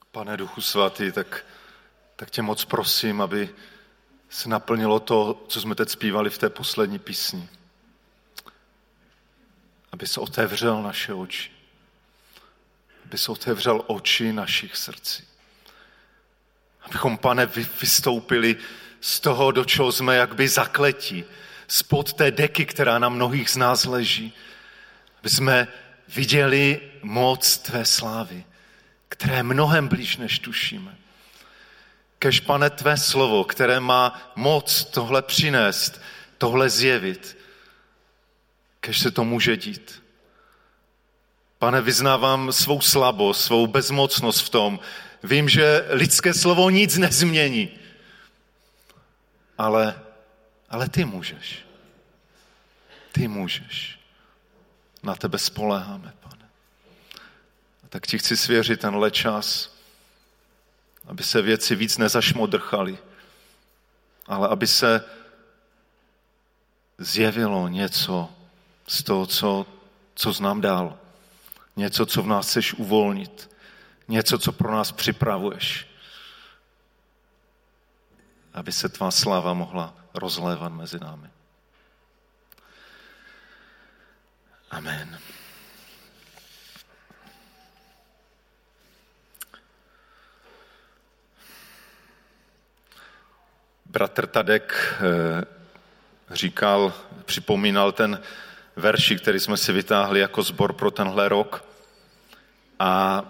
Pane Duchu Svatý, tak tě moc prosím, aby se naplnilo to, co jsme teď zpívali v té poslední písni. Aby se otevřel naše oči. Aby se otevřel oči našich srdcí. Abychom, Pane, vystoupili z toho, do čeho jsme jakby zakletí, spod té deky, která na mnohých z nás leží. Aby jsme viděli moc tvé slávy, které je mnohem blíž, než tušíme. Kež, Pane, tvé slovo, které má moc tohle přinést, tohle zjevit, kež se to může dít. Pane, vyznávám svou slabost, svou bezmocnost v tom. Vím, že lidské slovo nic nezmění. Ale ty můžeš. Ty můžeš. Na tebe spoléháme, Pane. A tak ti chci svěřit tenhle čas, aby se věci víc nezašmodrchaly, ale aby se zjevilo něco z toho, co jsi nám dal. Něco, co v nás chceš uvolnit. Něco, co pro nás připravuješ. Aby se tvá sláva mohla rozlévat mezi námi. Amen. Bratr Tadek připomínal ten veršík, který jsme si vytáhli jako sbor pro tenhle rok. A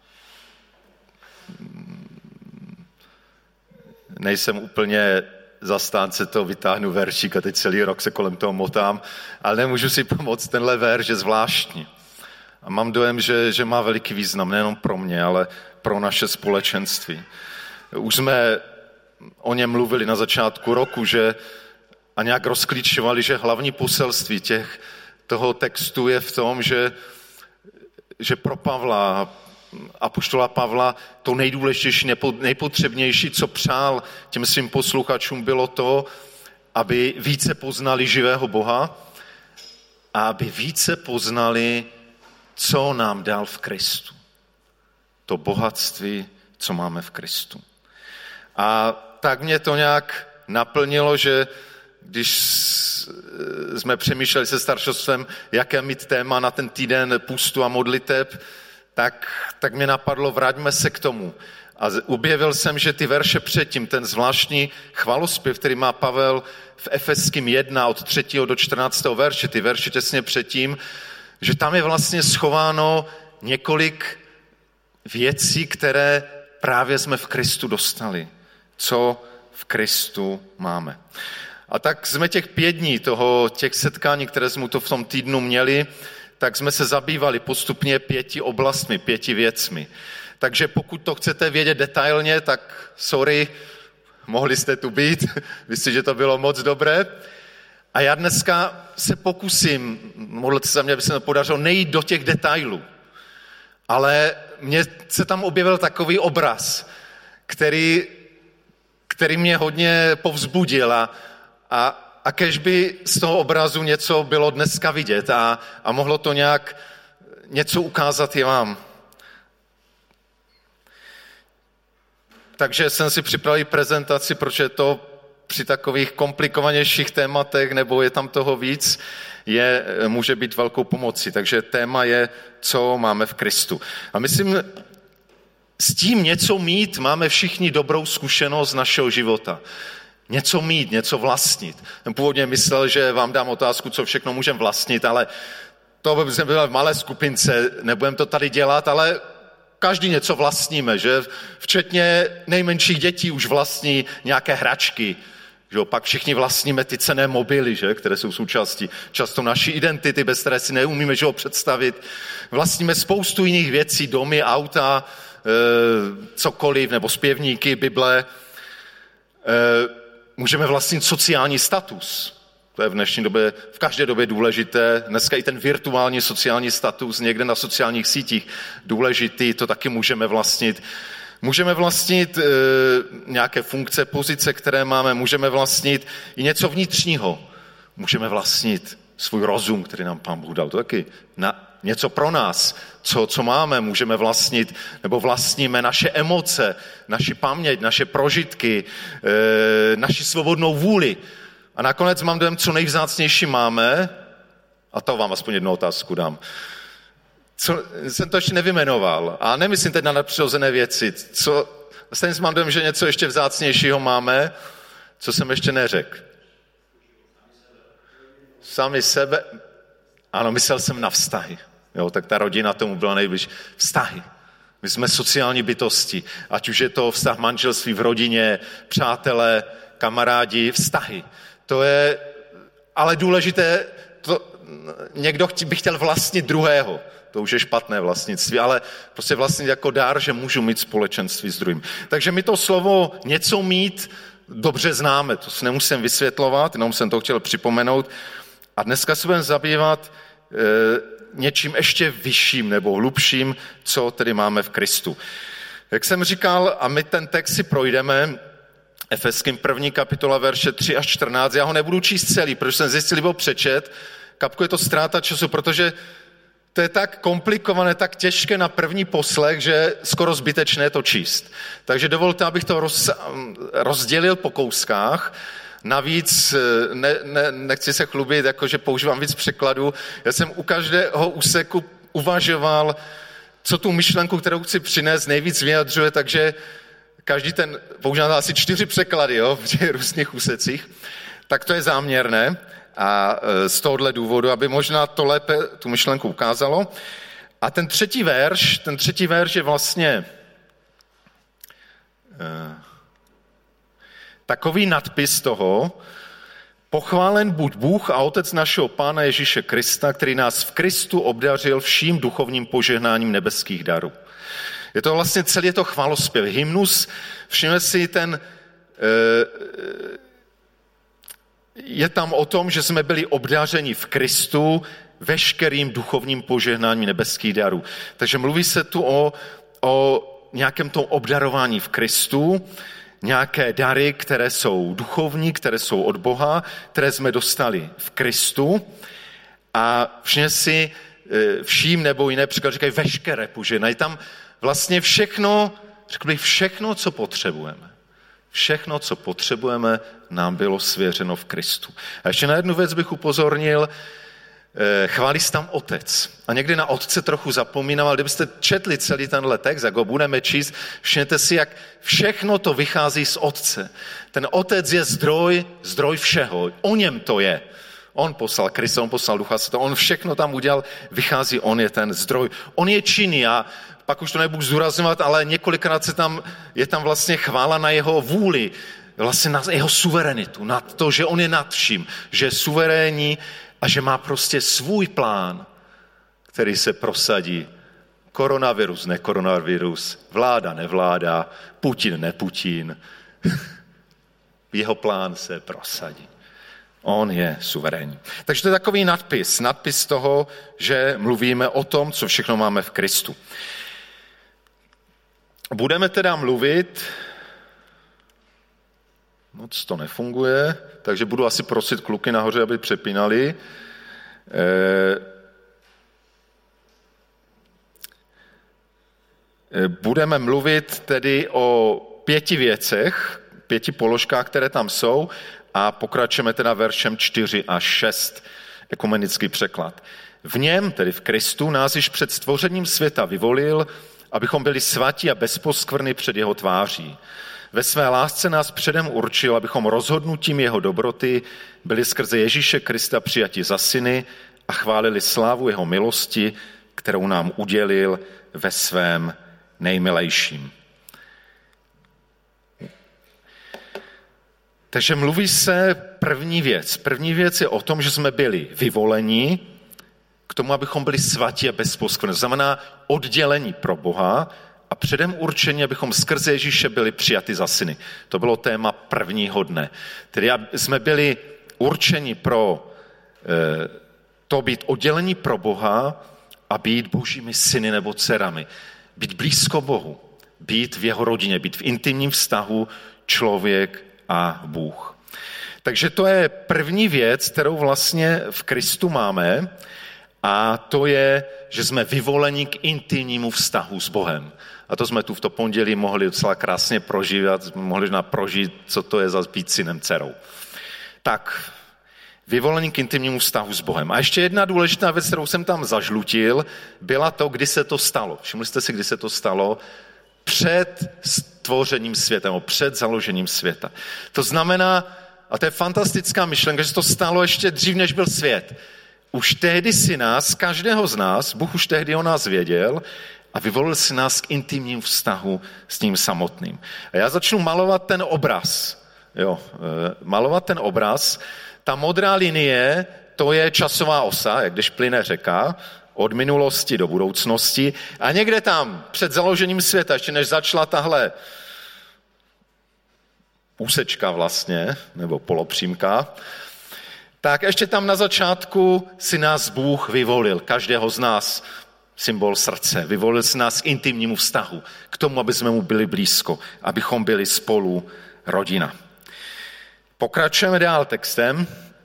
nejsem úplně zastánce toho vytáhnu veršík a teď celý rok se kolem toho motám, ale nemůžu si pomoct, tenhle verš je zvláštní. A mám dojem, že má veliký význam, nejenom pro mě, ale pro naše společenství. Už jsme o něm mluvili na začátku roku, a nějak rozklíčovali, že hlavní poselství toho textu je v tom, že pro Pavla, apoštola Pavla, to nejdůležitější, nejpotřebnější, co přál těm svým posluchačům, bylo to, aby více poznali živého Boha a aby více poznali, co nám dal v Kristu. To bohatství, co máme v Kristu. A tak mě to nějak naplnilo, že když jsme přemýšleli se staršostvem, jaké mít téma na ten týden půstu a modliteb, tak mě napadlo, vraťme se k tomu. A objevil jsem, že ty verše předtím, ten zvláštní chvalospěv, který má Pavel v Efeským 1 od 3. do 14. verše, ty verše těsně předtím, že tam je vlastně schováno několik věcí, které právě jsme v Kristu dostali. Co v Kristu máme. A tak jsme těch 5 dní těch setkání, které jsme to v tom týdnu měli, tak jsme se zabývali postupně 5 oblastmi, 5 věcmi. Takže pokud to chcete vědět detailně, tak sorry, mohli jste tu být, myslím, že to bylo moc dobré. A já dneska se pokusím, modlete se za mě, aby se to podařilo, nejít do těch detailů. Ale mně se tam objevil takový obraz, který mě hodně povzbudil a kéž by z toho obrazu něco bylo dneska vidět a mohlo to nějak něco ukázat i vám. Takže jsem si připravil prezentaci, protože to při takových komplikovanějších tématech, nebo je tam toho víc, může být velkou pomocí. Takže téma je, co máme v Kristu. A myslím, s tím něco mít, máme všichni dobrou zkušenost z našeho života. Něco mít, něco vlastnit. Jsem původně myslel, že vám dám otázku, co všechno můžeme vlastnit, ale to by jsme byli v malé skupince, nebudeme to tady dělat, ale každý něco vlastníme, že? Včetně nejmenších dětí už vlastní nějaké hračky, že? Pak všichni vlastníme ty cenné mobily, že? Které jsou součástí často naší identity, bez které si neumíme že ho představit. Vlastníme spoustu jiných věcí, domy, auta, cokoliv, nebo zpěvníky, Bible. Můžeme vlastnit sociální status. To je v dnešní době, v každé době důležité. Dneska i ten virtuální sociální status někde na sociálních sítích důležitý, to taky můžeme vlastnit. Můžeme vlastnit nějaké funkce, pozice, které máme. Můžeme vlastnit i něco vnitřního. Můžeme vlastnit svůj rozum, který nám Pán Bůh dal. To taky něco pro nás, co máme, můžeme vlastnit, nebo vlastníme naše emoce, naši paměť, naše prožitky, naši svobodnou vůli. A nakonec mám dojem, co nejvzácnější máme, a to vám aspoň jednu otázku dám. Co, jsem to ještě nevymenoval. A nemyslím teď na nadpřirozené věci. Stejně mám dojem, že něco ještě vzácnějšího máme, co jsem ještě neřekl. Sami sebe. Ano, myslel jsem na vztahy. Jo, tak ta rodina tomu byla nejbliž. Vztahy. My jsme sociální bytosti. Ať už je to vztah manželství v rodině, přátelé, kamarádi, vztahy. To je ale důležité, někdo by chtěl vlastnit druhého. To už je špatné vlastnictví, ale prostě vlastnit jako dár, že můžu mít společenství s druhým. Takže my to slovo něco mít dobře známe, to si nemusím vysvětlovat, jenom jsem to chtěl připomenout. A dneska se budeme zabývat něčím ještě vyšším nebo hlubším, co tedy máme v Kristu. Jak jsem říkal, a my ten text si projdeme, Efeským 1. kapitola, verše 3 až 14, já ho nebudu číst celý, protože jsem zjistil, že byl přečet, kapku je to ztráta času, protože to je tak komplikované, tak těžké na první poslech, že skoro zbytečné to číst. Takže dovolte, abych to rozdělil po kouskách. Navíc nechci se chlubit, jakože používám víc překladů. Já jsem u každého úseku uvažoval, co tu myšlenku, kterou chci přinést, nejvíc vyjadřuje, takže každý používá asi 4 překlady, jo, v těch různých úsecích. Tak to je záměrné. A z tohohle důvodu, aby možná to lépe tu myšlenku ukázalo. A ten třetí verš je vlastně takový nadpis toho: Pochválen buď Bůh a Otec našeho Pána Ježíše Krista, který nás v Kristu obdařil vším duchovním požehnáním nebeských darů. Je to vlastně celý to chvalospěv. Hymnus, všimněte si je tam o tom, že jsme byli obdařeni v Kristu veškerým duchovním požehnáním nebeských darů. Takže mluví se tu o nějakém tom obdarování v Kristu, nějaké dary, které jsou duchovní, které jsou od Boha, které jsme dostali v Kristu. A vším nebo jiné příklad říkají veškeré požehnání. Tam vlastně všechno, řekl bych, všechno, co potřebujeme. Všechno, co potřebujeme, nám bylo svěřeno v Kristu. A ještě na jednu věc bych upozornil, chválí se tam Otec. A někdy na Otce trochu zapomínám, ale kdybyste četli celý tenhle text, jak ho budeme číst, všimněte si, jak všechno to vychází z Otce. Ten Otec je zdroj všeho. O něm to je. On poslal Krista, on poslal Ducha Svatého, on všechno tam udělal, vychází, on je ten zdroj. On je činný a pak už to nebudu zdůrazňovat, ale několikrát je tam vlastně chvála na jeho vůli, vlastně na jeho suverenitu, na to, že on je nad vším, že je suverénní a že má prostě svůj plán, který se prosadí. Koronavirus, ne koronavirus, vláda, nevláda, Putin, ne Putin. Jeho plán se prosadí. On je suverénní. Takže to je takový nadpis toho, že mluvíme o tom, co všechno máme v Kristu. Budeme teda mluvit, moc to nefunguje, takže budu asi prosit kluky nahoře, aby přepínali. Budeme mluvit tedy o 5 věcech, 5 položkách, které tam jsou, a pokračujeme teda veršem 4 až 6, ekumenický překlad. V něm, tedy v Kristu, nás již před stvořením světa vyvolil, abychom byli svatí a bezposkvrny před jeho tváří. Ve své lásce nás předem určil, abychom rozhodnutím jeho dobroty byli skrze Ježíše Krista přijati za syny a chválili slávu jeho milosti, kterou nám udělil ve svém nejmilejším. Takže mluví se první věc. První věc je o tom, že jsme byli vyvoleni k tomu, abychom byli svatí a bezposkvrní. To znamená oddělení pro Boha a předem určení, abychom skrze Ježíše byli přijati za syny. To bylo téma prvního dne. Tedy jsme byli určeni pro to být oddělení pro Boha a být božími syny nebo dcerami. Být blízko Bohu, být v jeho rodině, být v intimním vztahu člověk a Bůh. Takže to je první věc, kterou vlastně v Kristu máme, a to je, že jsme vyvoleni k intimnímu vztahu s Bohem. A to jsme tu v to pondělí mohli docela krásně prožívat, mohli prožít, co to je za být synem, dcerou. Tak, vyvolení k intimnímu vztahu s Bohem. A ještě jedna důležitá věc, kterou jsem tam zažlutil, byla to, kdy se to stalo. Všimli jste si, kdy se to stalo? Před stvořením světa, nebo před založením světa. To znamená, a to je fantastická myšlenka, že se to stalo ještě dřív, než byl svět. Už tehdy si nás, každého z nás, Bůh už tehdy o nás věděl a vyvolil si nás k intimním vztahu s ním samotným. A já začnu malovat ten obraz. Malovat ten obraz. Ta modrá linie, to je časová osa, jak když plyne řeka, od minulosti do budoucnosti. A někde tam, před založením světa, ještě než začala tahle úsečka vlastně, nebo polopřímka, tak ještě tam na začátku si nás Bůh vyvolil, každého z nás, symbol srdce, vyvolil si nás k intimnímu vztahu, k tomu, aby jsme mu byli blízko, abychom byli spolu rodina. Pokračujeme dál textem.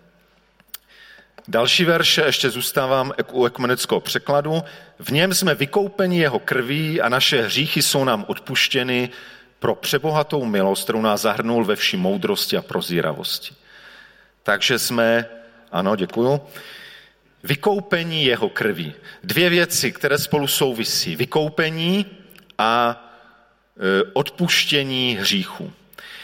Další verše, ještě zůstávám u ekumenického překladu. V něm jsme vykoupeni jeho krví a naše hříchy jsou nám odpuštěny pro přebohatou milost, kterou nás zahrnul ve vší moudrosti a prozíravosti. Takže jsme, ano, děkuju, vykoupení jeho krví. Dvě věci, které spolu souvisí. Vykoupení a odpuštění hříchů.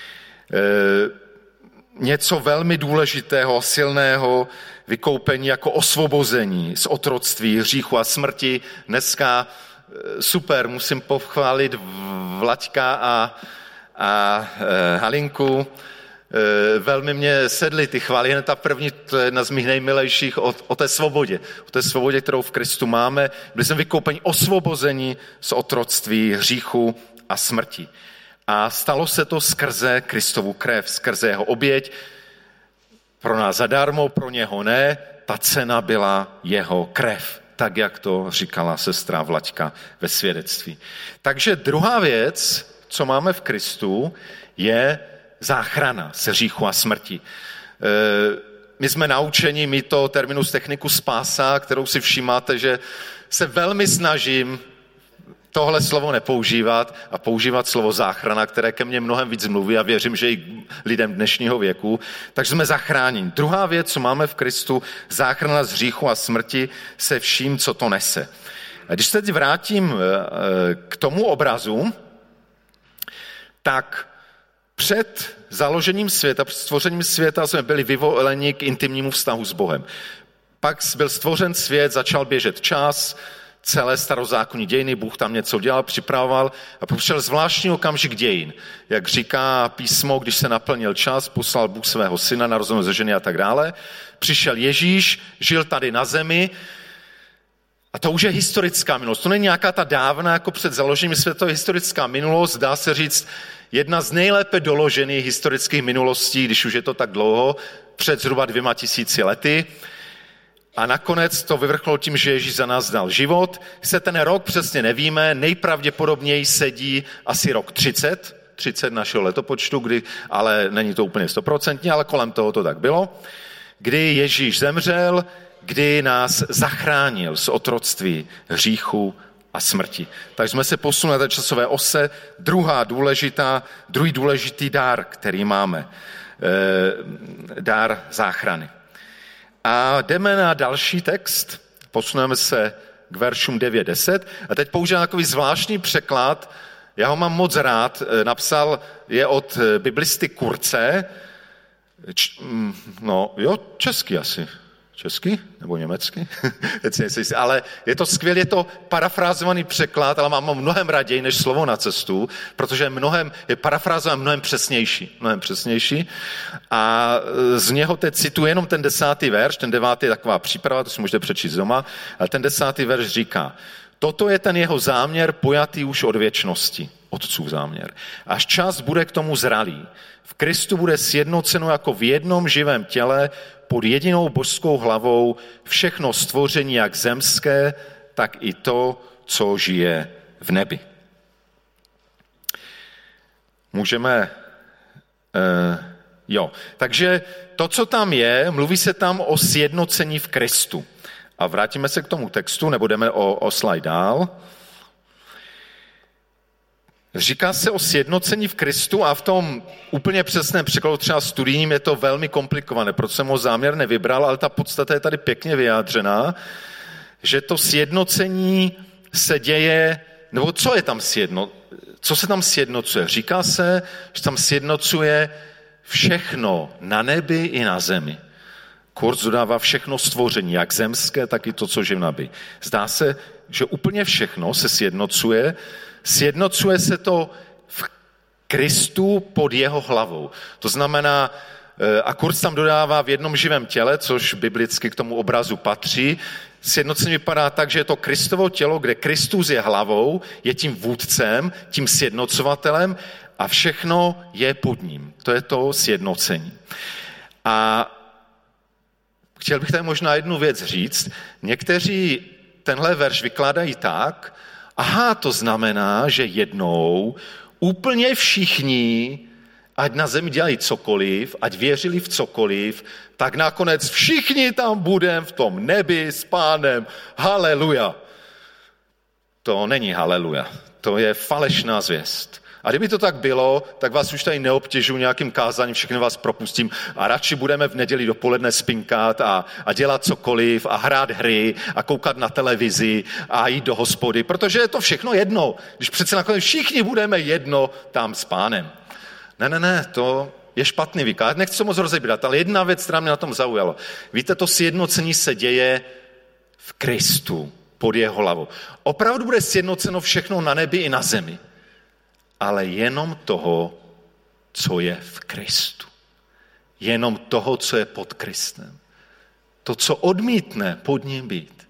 Něco velmi důležitého, silného, vykoupení jako osvobození z otroctví, hříchu a smrti. Dneska super, musím pochválit Vlaďka a Halinku. Velmi mě sedly ty chvály, jen ta první, to je jedna z mých nejmilejších o té svobodě. O té svobodě, kterou v Kristu máme. Byli jsme vykoupeni, osvobození z otroctví, hříchu a smrti. A stalo se to skrze Kristovu krev, skrze jeho oběť. Pro nás zadarmo, pro něho ne. Ta cena byla jeho krev, tak jak to říkala sestra Vlaďka ve svědectví. Takže druhá věc, co máme v Kristu, je záchrana ze hříchu a smrti. My jsme naučeni mít to terminus technicus spása, kterou si všímáte, že se velmi snažím tohle slovo nepoužívat a používat slovo záchrana, které ke mně mnohem víc mluví a věřím, že i lidem dnešního věku. Takže jsme zachráněni. Druhá věc, co máme v Kristu, záchrana z hříchu a smrti se vším, co to nese. A když se teď vrátím k tomu obrazu, tak před založením světa, před stvořením světa jsme byli vyvoleni k intimnímu vztahu s Bohem. Pak byl stvořen svět, začal běžet čas, celé starozákonní dějiny, Bůh tam něco dělal, připravoval a přišel zvláštní okamžik dějin. Jak říká písmo, když se naplnil čas, poslal Bůh svého syna, narozeného ze ženy a tak dále. Přišel Ježíš, žil tady na zemi a to už je historická minulost. To není nějaká ta dávna, jako před založením světa, to je historická minulost, dá se říct, jedna z nejlépe doložených historických minulostí, když už je to tak dlouho, před zhruba 2000 lety. A nakonec to vyvrcholilo tím, že Ježíš za nás dal život. Se ten rok přesně nevíme, nejpravděpodobněji sedí asi rok 30 našeho letopočtu, ale není to úplně 100%, ale kolem toho to tak bylo, kdy Ježíš zemřel, kdy nás zachránil z otroctví, hříchu a smrti. Takže jsme se posunuli na té časové ose. Druhý důležitý dár, který máme, dár záchrany. A jdeme na další text, posuneme se k veršům 9-10 a teď používám takový zvláštní překlad, já ho mám moc rád, napsal je od biblisty Kurce, česky asi. Česky nebo německy? Ale je to skvělé, je to parafrázovaný překlad, ale mám mnohem raději než slovo na cestu, protože je parafrázovaný mnohem přesnější. A z něho teď cituji jenom ten 10. verš, ten 9. je taková příprava, to si můžete přečíst doma, ale ten 10. verš říká, toto je ten jeho záměr pojatý už od věčnosti, otcův záměr. Až čas bude k tomu zralý. V Kristu bude sjednoceno jako v jednom živém těle pod jedinou božskou hlavou všechno stvoření jak zemské, tak i to, co žije v nebi. Můžeme Jo, takže to, co tam je, mluví se tam o sjednocení v Kristu. A vrátíme se k tomu textu, nebo jdeme o slide dál. Říká se o sjednocení v Kristu a v tom úplně přesném překladu, třeba studijním, je to velmi komplikované, proto jsem ho záměrně vybral, ale ta podstata je tady pěkně vyjádřená, že to sjednocení se děje, nebo co se tam sjednocuje? Říká se, že tam sjednocuje všechno na nebi i na zemi. Kurz dodává všechno stvoření, jak zemské, tak i to, co je v nebi. Zdá se, že úplně všechno se sjednocuje se to v Kristu pod jeho hlavou. To znamená, a Kurz tam dodává v jednom živém těle, což biblicky k tomu obrazu patří, sjednocení vypadá tak, že je to Kristovo tělo, kde Kristus je hlavou, je tím vůdcem, tím sjednocovatelem a všechno je pod ním. To je to sjednocení. A chtěl bych tady možná jednu věc říct. Někteří tenhle verš vykládají tak, to znamená, že jednou úplně všichni, ať na zemi dělají cokoliv, ať věřili v cokoliv, tak nakonec všichni tam budeme v tom nebi s Pánem. Haleluja. To není haleluja. To je falešná zvěst. A kdyby to tak bylo, tak vás už tady neobtěžuji nějakým kázáním, všechny vás propustím a radši budeme v neděli dopoledne spinkat a dělat cokoliv a hrát hry a koukat na televizi a jít do hospody, protože je to všechno jedno. Když přece nakonec všichni budeme jedno tam s Pánem. Ne, to je špatný výklad. Nechci to moc rozebírat, ale jedna věc, která mě na tom zaujala. Víte, to sjednocení se děje v Kristu, pod jeho hlavou. Opravdu bude sjednoceno všechno na nebi i na zemi. Ale jenom toho, co je v Kristu. Jenom toho, co je pod Kristem. To, co odmítne pod ním být,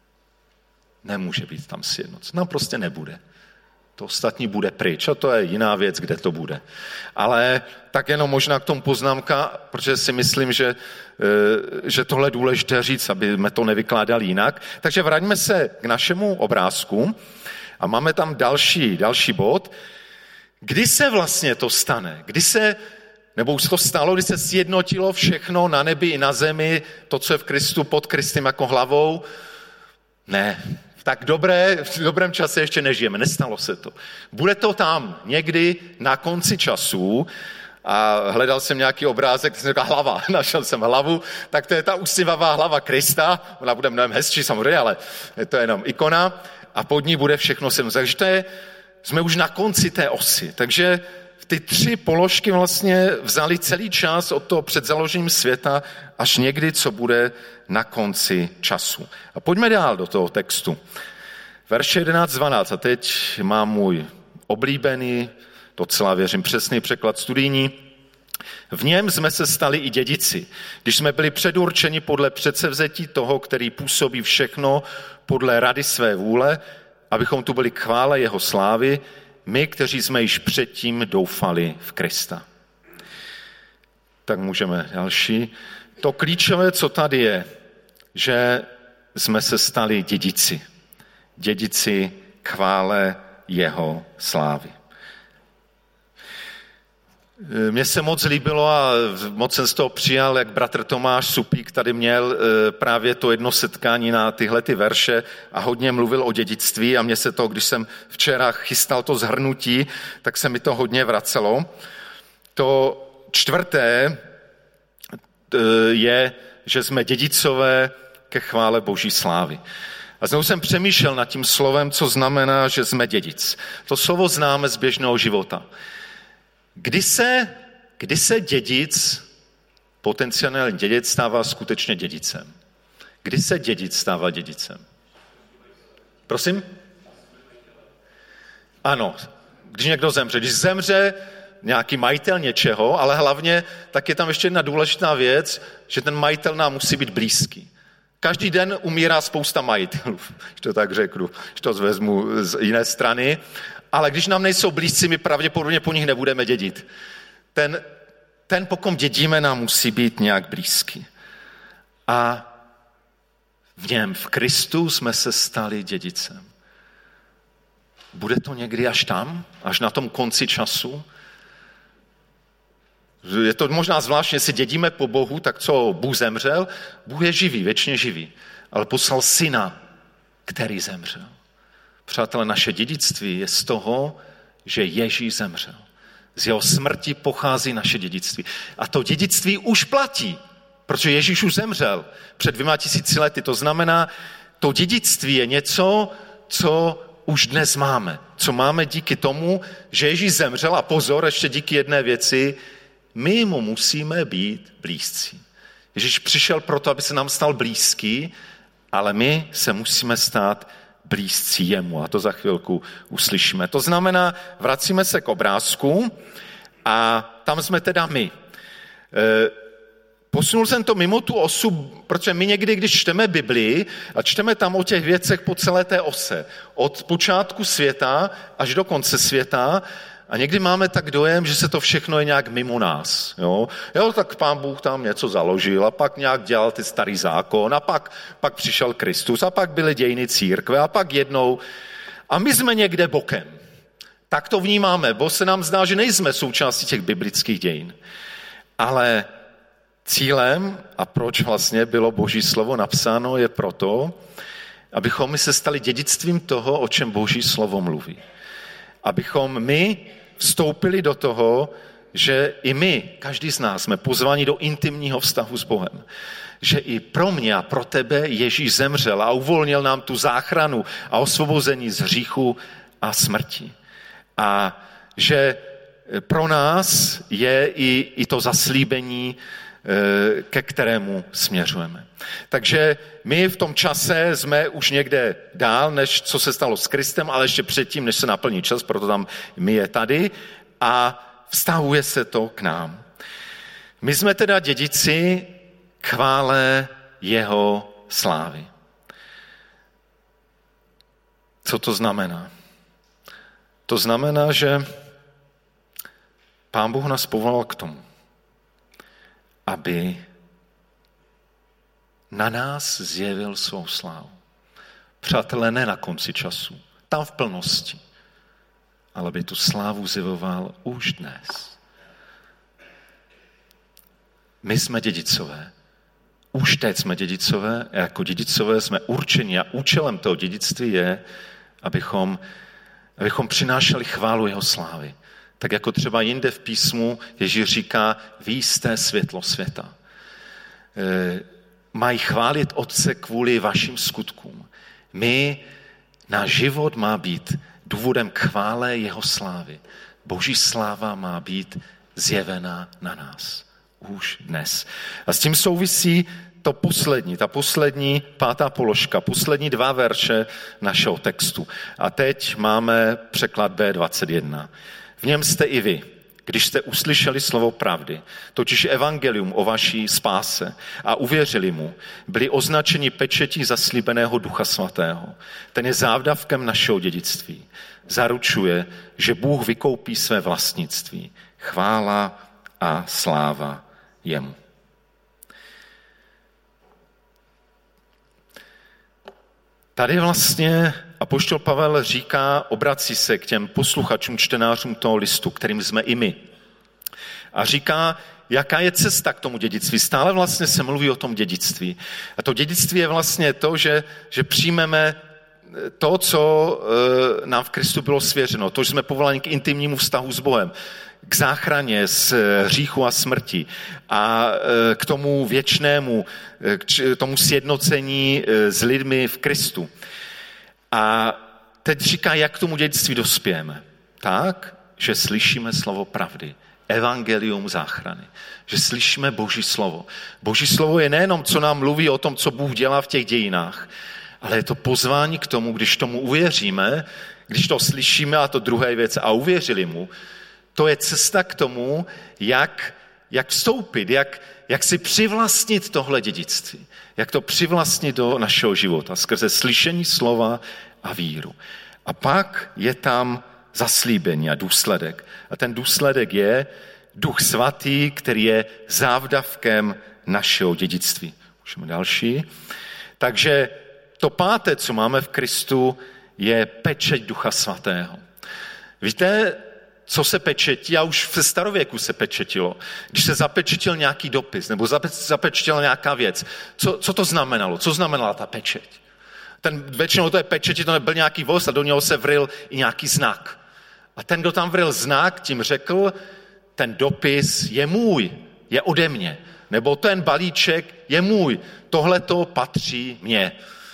nemůže být tam sjednocen. No prostě nebude. To ostatní bude pryč a to je jiná věc, kde to bude. Ale tak jenom možná k tomu poznámka, protože si myslím, že tohle je důležité říct, aby jsme to nevykládali jinak. Takže vraťme se k našemu obrázku a máme tam další bod. Kdy se vlastně to stane? Nebo už to stalo, kdy se sjednotilo všechno na nebi i na zemi, to, co je v Kristu, pod Kristem jako hlavou? Ne. Tak v dobrém čase ještě nežijeme, nestalo se to. Bude to tam někdy na konci časů a hledal jsem nějaký obrázek, jsem říkal hlava, našel jsem hlavu, tak to je ta usměvavá hlava Krista, ona bude mnohem hezčí samozřejmě, ale to je jenom ikona a pod ní bude všechno sjednoceno. Takže jsme už na konci té osy, takže ty 3 položky vlastně vzali celý čas od toho před založením světa až někdy, co bude na konci času. A pojďme dál do toho textu. Verše 11-12. A teď mám můj oblíbený, docela věřím přesný překlad studijní. V něm jsme se stali i dědici, když jsme byli předurčeni podle předsevzetí toho, který působí všechno podle rady své vůle, abychom tu byli k chvále jeho slávy, my, kteří jsme již předtím doufali v Krista. Tak můžeme další. To klíčové, co tady je, že jsme se stali dědici. Dědici k chvále jeho slávy. Mně se moc líbilo a moc jsem z toho přijal, jak bratr Tomáš Supík tady měl právě to jedno setkání na tyhle ty verše a hodně mluvil o dědictví a mně se to, když jsem včera chystal to shrnutí, tak se mi to hodně vracelo. To 4. je, že jsme dědicové ke chvále Boží slávy. A znovu jsem přemýšlel nad tím slovem, co znamená, že jsme dědic. To slovo známe z běžného života. Kdy se dědic, potenciální dědic, stává skutečně dědicem? Kdy se dědic stává dědicem? Prosím? Ano, když někdo zemře. Když zemře nějaký majitel něčeho, ale hlavně tak je tam ještě jedna důležitá věc, že ten majitel nám musí být blízký. Každý den umírá spousta majitelů, když to tak řeknu, když to vezmu z jiné strany, ale když nám nejsou blízcí, my pravděpodobně po nich nebudeme dědit. Ten po kom dědíme, nám musí být nějak blízký. A v něm, v Kristu, jsme se stali dědicem. Bude to někdy až tam, až na tom konci času? Je to možná zvláštně, jestli dědíme po Bohu, tak co, Bůh zemřel? Bůh je živý, věčně živý, ale poslal syna, který zemřel. Přátelé, naše dědictví je z toho, že Ježíš zemřel. Z jeho smrti pochází naše dědictví. A to dědictví už platí, protože Ježíš už zemřel před 2000 lety. To znamená, to dědictví je něco, co už dnes máme. Co máme díky tomu, že Ježíš zemřel a pozor, ještě díky jedné věci, my mu musíme být blízcí. Ježíš přišel proto, aby se nám stal blízký, ale my se musíme stát blízcí jemu a to za chvilku uslyšíme. To znamená, vracíme se k obrázku a tam jsme teda my. Posunul jsem to mimo tu osu, protože my někdy, když čteme Biblii a čteme tam o těch věcech po celé té ose, od počátku světa až do konce světa, a někdy máme tak dojem, že se to všechno je nějak mimo nás. Jo, tak Pán Bůh tam něco založil a pak nějak dělal ty starý zákon a pak přišel Kristus a pak byly dějiny církve a pak jednou a my jsme někde bokem. Tak to vnímáme, bo se nám zdá, že nejsme součástí těch biblických dějin. Ale cílem a proč vlastně bylo Boží slovo napsáno je proto, abychom my se stali dědictvím toho, o čem Boží slovo mluví. Abychom my vstoupili do toho, že i my, každý z nás, jsme pozváni do intimního vztahu s Bohem. Že i pro mě a pro tebe Ježíš zemřel a uvolnil nám tu záchranu a osvobození z hříchu a smrti. A že pro nás je i to zaslíbení, ke kterému směřujeme. Takže my v tom čase jsme už někde dál, než co se stalo s Kristem, ale ještě předtím, než se naplní čas, proto tam my je tady a vztahuje se to k nám. My jsme teda dědici chvále jeho slávy. Co to znamená? To znamená, že Pán Bůh nás povolal k tomu, aby na nás zjevil svou slávu. Přátelé, ne na konci času, tam v plnosti, ale aby tu slávu zjevoval už dnes. My jsme dědicové. Už teď jsme dědicové a jako dědicové jsme určeni a účelem toho dědictví je, abychom přinášeli chválu jeho slávy. Tak jako třeba jinde v písmu Ježíš říká, vy jste světlo světa. Mají chválit Otce kvůli vašim skutkům. Náš život má být důvodem k chvále jeho slávy. Boží sláva má být zjevena na nás. Už dnes. A s tím souvisí ta poslední 5. položka, poslední 2 verše našeho textu. A teď máme překlad B21. V něm jste i vy, když jste uslyšeli slovo pravdy, totiž evangelium o vaší spáse a uvěřili mu, byli označeni pečetí zaslíbeného Ducha Svatého. Ten je závdavkem našeho dědictví. Zaručuje, že Bůh vykoupí své vlastnictví. Chvála a sláva jemu. Tady vlastně apoštol Pavel říká, obrací se k těm posluchačům, čtenářům toho listu, kterým jsme i my. A říká, jaká je cesta k tomu dědictví. Stále vlastně se mluví o tom dědictví. A to dědictví je vlastně to, že přijmeme to, co nám v Kristu bylo svěřeno. To, že jsme povoláni k intimnímu vztahu s Bohem, k záchraně z hříchu a smrti a k tomu věčnému, k tomu sjednocení s lidmi v Kristu. A teď říká, jak k tomu dědictví dospějeme. Tak, že slyšíme slovo pravdy, evangelium záchrany. Že slyšíme Boží slovo. Boží slovo je nejenom, co nám mluví o tom, co Bůh dělá v těch dějinách, ale je to pozvání k tomu, když tomu uvěříme, když to slyšíme a to druhé věc a uvěřili mu, to je cesta k tomu, jak vstoupit, jak si přivlastnit tohle dědictví. Jak to přivlastnit do našeho života skrze slyšení slova a víru. A pak je tam zaslíbení a důsledek. A ten důsledek je Duch Svatý, který je závdavkem našeho dědictví. Můžeme další. Takže to 5., co máme v Kristu, je pečeť Ducha Svatého. Víte, co se pečetí, a už v starověku se pečetilo. Když se zapečetil nějaký dopis nebo zapečetila nějaká věc, co to znamenalo? Co znamenala ta pečeť? Většinou té pečeti to nebyl nějaký voz a do něho se vryl i nějaký znak. A ten, kdo tam vryl znak, tím řekl, ten dopis je můj, je ode mě. Nebo ten balíček je můj, tohleto patří mně.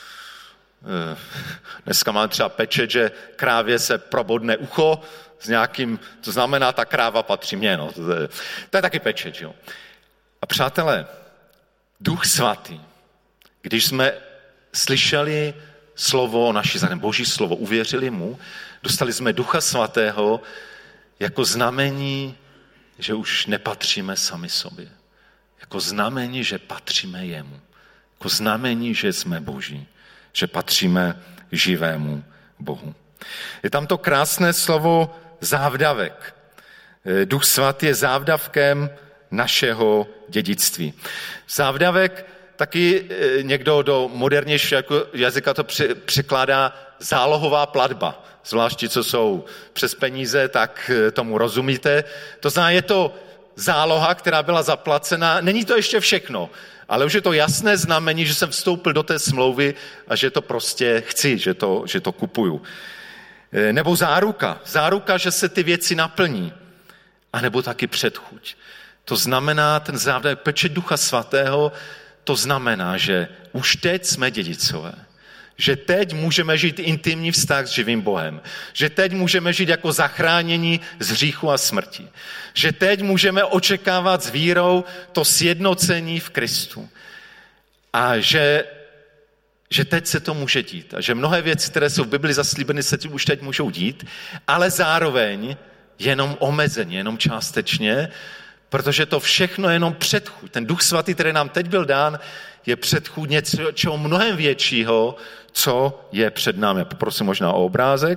Dneska máme třeba pečet, že krávě se probodne ucho s nějakým, to znamená, ta kráva patří mně. No. To je taky pečet. Jo. A přátelé, Duch Svatý, když jsme slyšeli slovo naší záchrany, Boží slovo, uvěřili mu, dostali jsme Ducha Svatého jako znamení, že už nepatříme sami sobě. Jako znamení, že patříme jemu. Jako znamení, že jsme Boží. Že patříme živému Bohu. Je tam to krásné slovo závdavek. Duch Svatý je závdavkem našeho dědictví. Závdavek taky někdo do modernějšího jazyka to překládá zálohová platba. Zvláště, co jsou přes peníze, tak tomu rozumíte. To znamená, je to záloha, která byla zaplacena. Není to ještě všechno, ale už je to jasné znamení, že jsem vstoupil do té smlouvy a že to prostě chci, že to kupuju. Nebo záruka. Záruka, že se ty věci naplní. A nebo taky předchuť. To znamená, ten závdavek, pečeť Ducha Svatého, to znamená, že už teď jsme dědicové. Že teď můžeme žít intimní vztah s živým Bohem. Že teď můžeme žít jako zachránění z hříchu a smrti. Že teď můžeme očekávat s vírou to sjednocení v Kristu. A že teď se to může dít. A že mnohé věci, které jsou v Bibli zaslíbeny, se už teď můžou dít, ale zároveň jenom omezeně, jenom částečně, protože to všechno je jenom předchůd. Ten Duch Svatý, který nám teď byl dán, je předchůd něčeho mnohem většího, co je před námi. Poprosím možná o obrázek.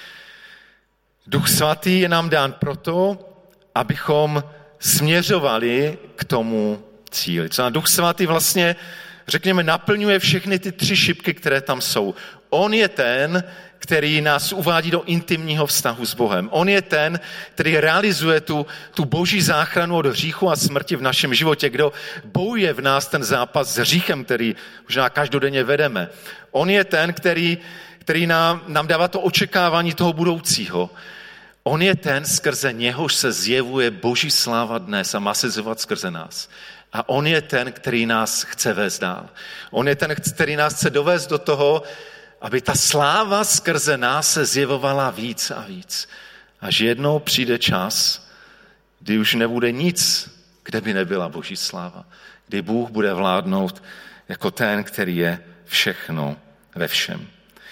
Duch Svatý je nám dán proto, abychom směřovali k tomu cíli. Duch Svatý vlastně, řekněme, naplňuje všechny ty 3 šipky, které tam jsou. On je ten, který nás uvádí do intimního vztahu s Bohem. On je ten, který realizuje tu boží záchranu od hříchu a smrti v našem životě, kdo bojuje v nás ten zápas s hříchem, který možná každodenně vedeme. On je ten, který nám dává to očekávání toho budoucího. On je ten, skrze něhož se zjevuje boží sláva dnes a má se zjevovat skrze nás. A on je ten, který nás chce vést dál. On je ten, který nás chce dovést do toho, aby ta sláva skrze nás se zjevovala víc a víc. Až jednou přijde čas, kdy už nebude nic, kde by nebyla boží sláva. Kdy Bůh bude vládnout jako ten, který je všechno ve všem.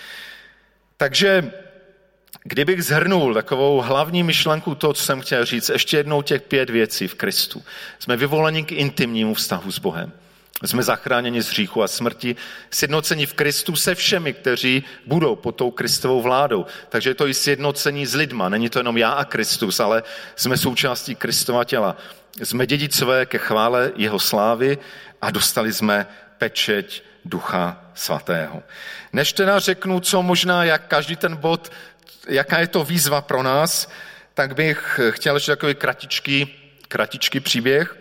Takže kdybych shrnul takovou hlavní myšlenku toho, co jsem chtěl říct, ještě jednou těch 5 věcí v Kristu. Jsme vyvoleni k intimnímu vztahu s Bohem. Jsme zachráněni z hříchu a smrti, sjednocení v Kristu se všemi, kteří budou pod tou Kristovou vládou. Takže je to i sjednocení s lidma. Není to jenom já a Kristus, ale jsme součástí Kristova těla. Jsme dědicové ke chvále jeho slávy a dostali jsme pečeť Ducha Svatého. Než teda řeknu, co možná, jak každý ten bod, jaká je to výzva pro nás, tak bych chtěl ještě takový kratičký příběh.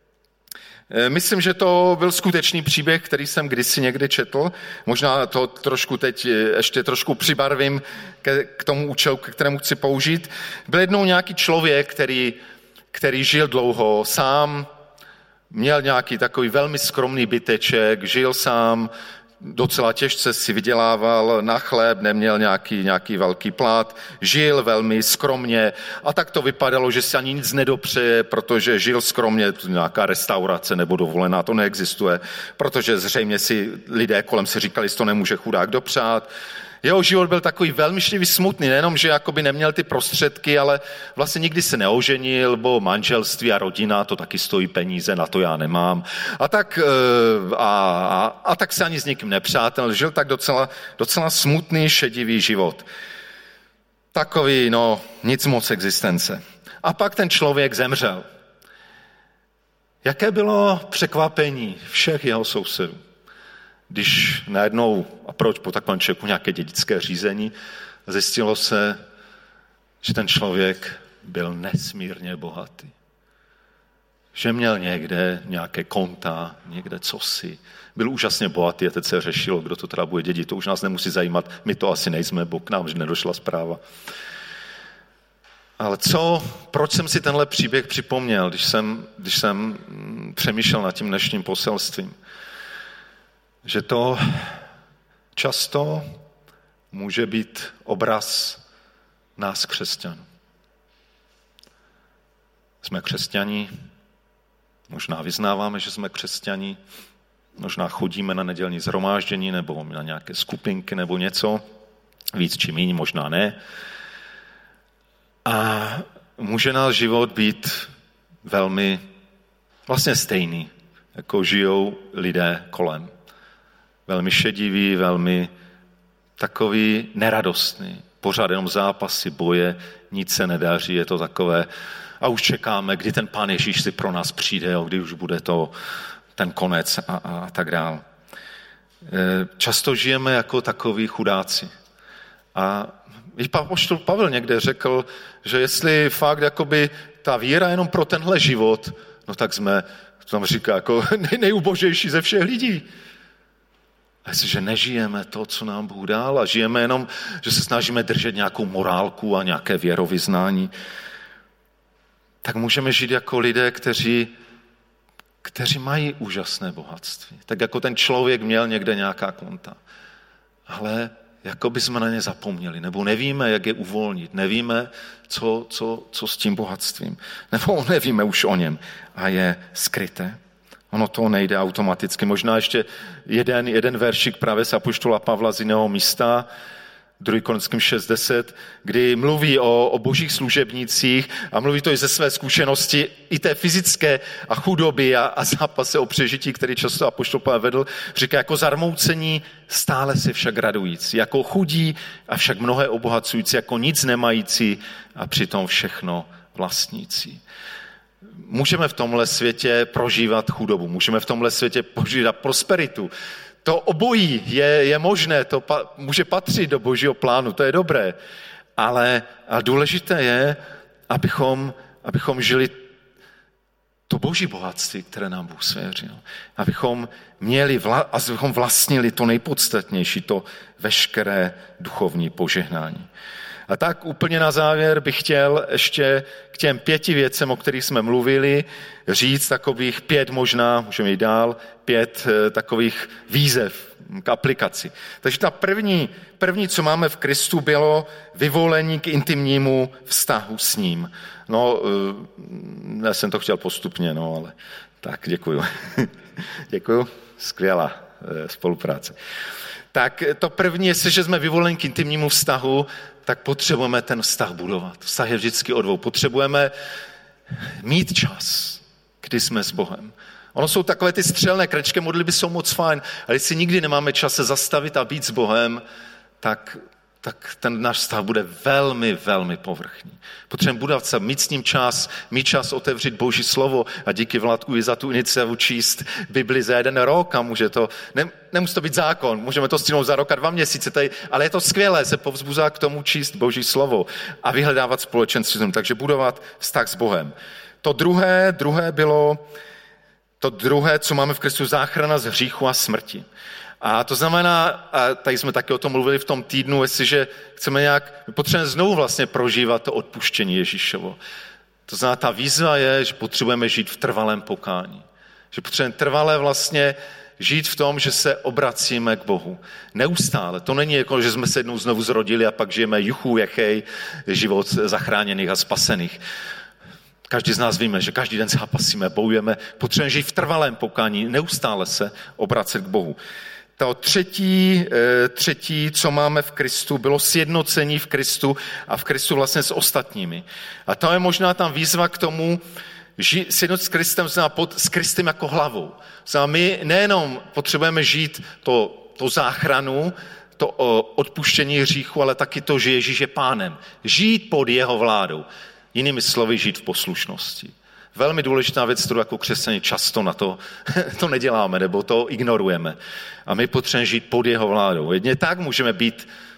Myslím, že to byl skutečný příběh, který jsem kdysi někdy četl. Možná to trošku teď ještě trošku přibarvím k tomu účelu, ke kterému chci použít. Byl jednou nějaký člověk, který žil dlouho sám, měl nějaký takový velmi skromný byteček, žil sám, docela těžce si vydělával na chléb, neměl nějaký velký plat, žil velmi skromně a tak to vypadalo, že si ani nic nedopřeje, protože žil skromně, nějaká restaurace nebo dovolená, to neexistuje, protože zřejmě si lidé kolem si říkali, že to nemůže chudák dopřát. Jeho život byl takový velmi smutný, nejenom, že jakoby neměl ty prostředky, ale vlastně nikdy se neoženil, bo manželství a rodina, to taky stojí peníze, na to já nemám. A tak se ani s nikým nepřátel, žil tak docela smutný, šedivý život. Takový, nic moc existence. A pak ten člověk zemřel. Jaké bylo překvapení všech jeho sousedů? Když najednou, a proč po takovém člověku nějaké dědické řízení, zjistilo se, že ten člověk byl nesmírně bohatý. Že měl někde nějaké konta, někde cosi. Byl úžasně bohatý a teď se řešilo, kdo to teda bude dědit. To už nás nemusí zajímat, my to asi nejsme, bo k nám že nedošla zpráva. Ale proč jsem si tenhle příběh připomněl, když jsem přemýšlel nad tím dnešním poselstvím? Že to často může být obraz nás křesťanů. Jsme křesťani, možná vyznáváme, že jsme křesťani, možná chodíme na nedělní shromáždění nebo na nějaké skupinky nebo něco, víc či méně, možná ne. A může náš život být velmi vlastně stejný, jako žijou lidé kolem. Velmi šedivý, velmi takový neradostný. Pořád jenom zápasy, boje, nic se nedaří, je to takové. A už čekáme, kdy ten Pán Ježíš si pro nás přijde, kdy už bude to ten konec a tak dál. Často žijeme jako takoví chudáci. A i apoštol Pavel někde řekl, že jestli fakt jakoby ta víra jenom pro tenhle život, no tak jsme, tam říká, jako nejubožejší ze všech lidí. A jestliže nežijeme to, co nám Bůh dal a žijeme jenom, že se snažíme držet nějakou morálku a nějaké věrovyznání, tak můžeme žít jako lidé, kteří mají úžasné bohatství. Tak jako ten člověk měl někde nějaká konta. Ale jako by jsme na ně zapomněli, nebo nevíme, jak je uvolnit, nevíme, co s tím bohatstvím, nebo nevíme už o něm a je skryté. Ono to nejde automaticky. Možná ještě jeden veršik právě z apoštola Pavla z jiného místa, 2. Korinským 6:10, kdy mluví o božích služebnících a mluví to i ze své zkušenosti, i té fyzické a chudoby a zápase o přežití, který často apoštol Pavel vedl, říká jako zarmoucení, stále se však radující, jako chudí a však mnohé obohacující, jako nic nemající a přitom všechno vlastnící. Můžeme v tomhle světě prožívat chudobu, můžeme v tomhle světě prožívat prosperitu. To obojí je možné, to může patřit do božího plánu, to je dobré. Ale důležité je, abychom žili to boží bohatství, které nám Bůh svěřil. Abychom vlastnili to nejpodstatnější, to veškeré duchovní požehnání. A tak úplně na závěr bych chtěl ještě k těm 5 věcem, o kterých jsme mluvili, říct takových 5 možná, můžeme jít dál, 5 takových výzev k aplikaci. Takže ta první, co máme v Kristu, bylo vyvolení k intimnímu vztahu s ním. No, já jsem to chtěl postupně, no, ale tak děkuju. Děkuju, skvělá spolupráce. Tak to první, jestliže jsme vyvoleni k intimnímu vztahu, tak potřebujeme ten vztah budovat. Vztah je vždycky o dvou. Potřebujeme mít čas, kdy jsme s Bohem. Ono jsou takové ty střelné krečky, modlitby jsou moc fajn, ale jestli nikdy nemáme čas se zastavit a být s Bohem, tak ten náš vztah bude velmi, velmi povrchní. Potřebujeme budovat se, mít s ním čas, mít čas otevřít Boží slovo a díky Vladku i za tu iniciativu číst Bibli za 1 rok a nemusí to být zákon, můžeme to stihnout za rok a 2 měsíce, ale je to skvělé se povzbuzovat k tomu číst Boží slovo a vyhledávat společenství, takže budovat vztah s Bohem. To druhé bylo, co máme v Kristu, záchrana z hříchu a smrti. A to znamená, a tady jsme taky o tom mluvili v tom týdnu, jestliže my potřebujeme znovu vlastně prožívat to odpuštění Ježíšovo. To znamená, ta výzva je, že potřebujeme žít v trvalém pokání. Že potřebujeme trvalé vlastně žít v tom, že se obracíme k Bohu. Neustále. To není jako, že jsme se jednou znovu zrodili a pak žijeme jechej život zachráněných a spasených. Každý z nás víme, že každý den zápasíme, bojujeme, potřebujeme žít v trvalém pokání, neustále se obracet k Bohu. To třetí, co máme v Kristu, bylo sjednocení v Kristu a v Kristu vlastně s ostatními. A to je možná tam výzva k tomu, sjednotit s Kristem, s Kristem jako hlavou. My nejenom potřebujeme žít to záchranu, to odpuštění hříchu, ale taky to, že Ježíš je pánem. Žít pod jeho vládou. Jinými slovy, žít v poslušnosti. Velmi důležitá věc, kterou jako křesťané často na to neděláme, nebo to ignorujeme. A my potřebujeme žít pod jeho vládou. Jedně tak můžeme být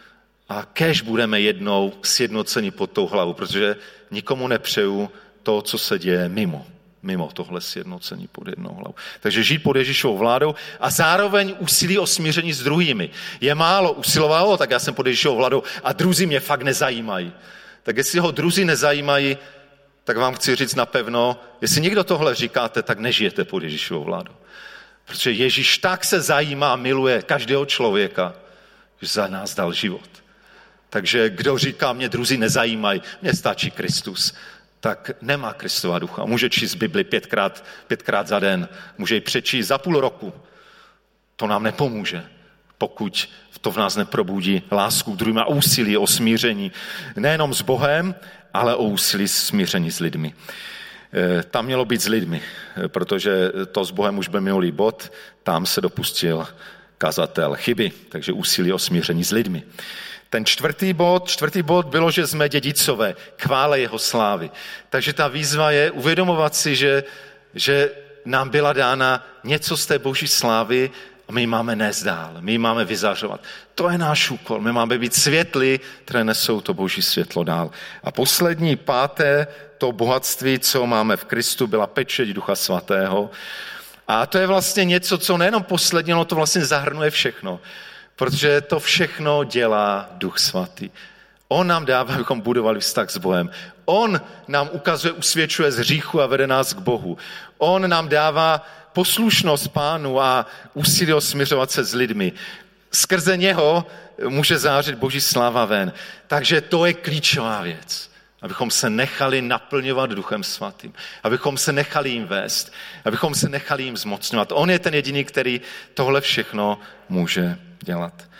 A kéž budeme jednou sjednoceni pod tou hlavou, protože nikomu nepřeju to, co se děje mimo tohle sjednocení pod jednou hlavou. Takže žít pod Ježíšovou vládou a zároveň úsilí o smíření s druhými. Je málo usilovalo, tak já jsem pod Ježíšovou vládou a druzí mě fakt nezajímají. Tak jestli ho druzí nezajímají, tak vám chci říct napevno, jestli někdo tohle říkáte, tak nežijete pod Ježíšovou vládou. Protože Ježíš tak se zajímá a miluje každého člověka, že za nás dal život. Takže kdo říká, mě druzí nezajímají, mně stačí Kristus, tak nemá Kristova ducha. Může číst Bibli pětkrát za den, může ji přečíst za půl roku. To nám nepomůže, pokud to v nás neprobudí lásku k druhým a úsilí o smíření. Nejenom s Bohem, ale o úsilí smíření s lidmi. Tam mělo být s lidmi, protože to s Bohem už byl minulý bod, tam se dopustil kazatel chyby, takže úsilí o smíření s lidmi. Ten čtvrtý bod bylo, že jsme dědicové, chvále jeho slávy. Takže ta výzva je uvědomovat si, že nám byla dána něco z té boží slávy a my ji máme nést dál, my ji máme vyzařovat. To je náš úkol, my máme být světli, které nesou to boží světlo dál. A poslední, páté, to bohatství, co máme v Kristu, byla pečeť Ducha Svatého. A to je vlastně něco, co nejenom poslední, ale to vlastně zahrnuje všechno. Protože to všechno dělá Duch Svatý. On nám dává, abychom budovali vztah s Bohem. On nám ukazuje, usvědčuje z hříchu a vede nás k Bohu. On nám dává poslušnost Pánu a úsilí o smiřovat se s lidmi. Skrze něho může zářit Boží sláva ven. Takže to je klíčová věc. Abychom se nechali naplňovat Duchem Svatým. Abychom se nechali jim vést. Abychom se nechali jim zmocňovat. On je ten jediný, který tohle všechno může dělat.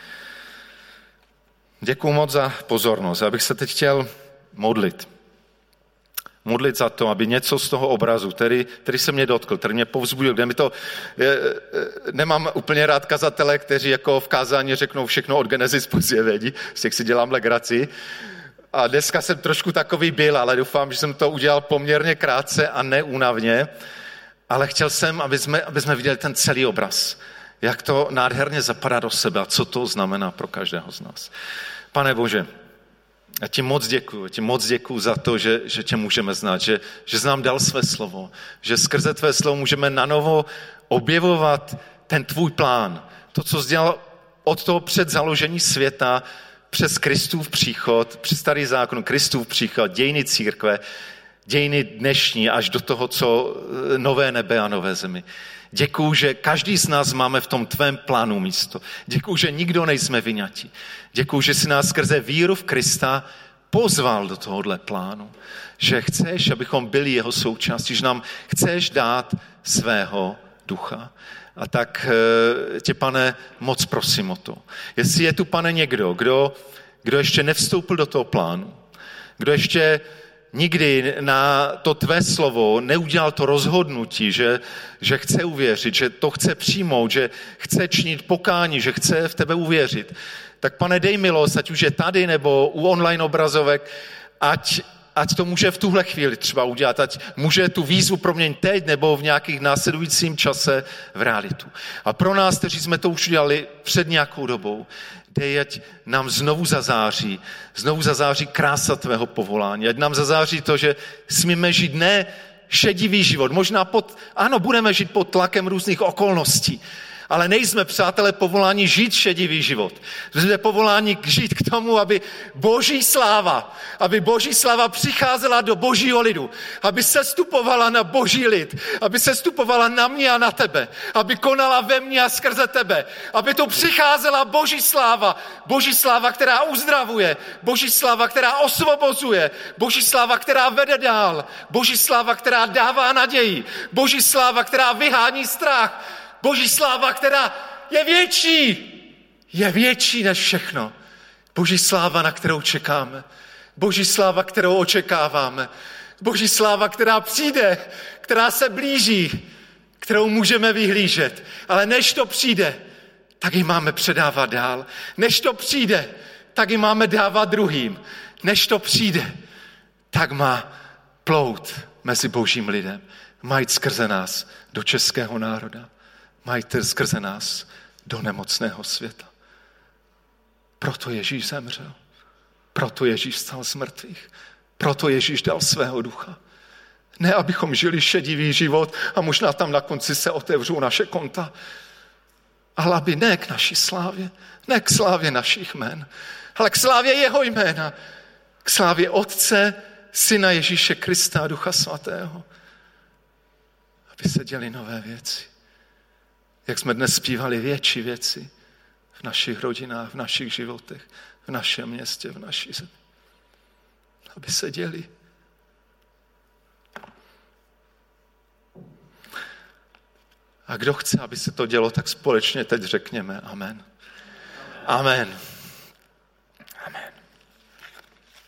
Děkuju moc za pozornost. Já bych se teď chtěl modlit. Modlit za to, aby něco z toho obrazu, který se mě dotkl, který mě povzbudil, kde mi to... Nemám úplně rád kazatele, kteří jako v kázání řeknou všechno od Genesis po zjevení, z těch si dělám legraci. A dneska jsem trošku takový byl, ale doufám, že jsem to udělal poměrně krátce a neúnavně. Ale chtěl jsem, aby jsme viděli ten celý obraz. Jak to nádherně zapadá do sebe a co to znamená pro každého z nás. Pane Bože, já ti moc děkuju za to, že tě můžeme znát, že jsi nám dal své slovo, že skrze tvé slovo můžeme nanovo objevovat ten tvůj plán. To, co jsi dělal od toho před založení světa, přes Kristův příchod, přes starý zákon, Kristův příchod, dějiny církve, dějiny dnešní až do toho, co nové nebe a nové zemi. Děkuju, že každý z nás máme v tom tvém plánu místo. Děkuju, že nikdo nejsme vyňati. Děkuju, že jsi nás skrze víru v Krista pozval do tohohle plánu. Že chceš, abychom byli jeho součástí, že nám chceš dát svého ducha. A tak tě, Pane, moc prosím o to. Jestli je tu, Pane, někdo, kdo ještě nevstoupil do toho plánu, kdo ještě nikdy na to tvé slovo neudělal to rozhodnutí, že chce uvěřit, že to chce přijmout, že chce činit pokání, že chce v tebe uvěřit, tak, Pane, dej milost, ať už je tady nebo u online obrazovek, ať to může v tuhle chvíli třeba udělat, ať může tu výzvu proměnit teď nebo v nějakých následujícím čase v realitu. A pro nás, kteří jsme to už udělali před nějakou dobou, dej, ať nám znovu zazáří krása tvého povolání, ať nám zazáří to, že smíme žít ne šedivý život, možná budeme žít pod tlakem různých okolností, ale nejsme, přátelé, povoláni žít šedivý život. Jsme povoláni žít k tomu, aby boží sláva přicházela do božího lidu, aby sestupovala na boží lid, aby sestupovala na mě a na tebe, aby konala ve mně a skrze tebe, aby tu přicházela boží sláva, která uzdravuje, boží sláva, která osvobozuje, boží sláva, která vede dál, boží sláva, která dává naději, boží sláva, která vyhání strach, boží sláva, která je větší než všechno. Boží sláva, na kterou čekáme. Boží sláva, kterou očekáváme. Boží sláva, která přijde, která se blíží, kterou můžeme vyhlížet. Ale než to přijde, tak ji máme předávat dál. Než to přijde, tak ji máme dávat druhým. Než to přijde, tak má plout mezi božím lidem. Má jít skrze nás do českého národa. Mají skrze nás do nemocného světa. Proto Ježíš zemřel. Proto Ježíš vstal z mrtvých. Proto Ježíš dal svého ducha. Ne, abychom žili šedivý život a možná tam na konci se otevřou naše konta, ale aby ne k naší slávě, ne k slávě našich jmen, ale k slávě jeho jména, k slávě Otce, Syna Ježíše Krista a Ducha Svatého. Aby se děly nové věci. Jak jsme dnes zpívali, větší věci v našich rodinách, v našich životech, v našem městě, v naší zemi. Aby se děly. A kdo chce, aby se to dělo, tak společně teď řekněme amen. Amen.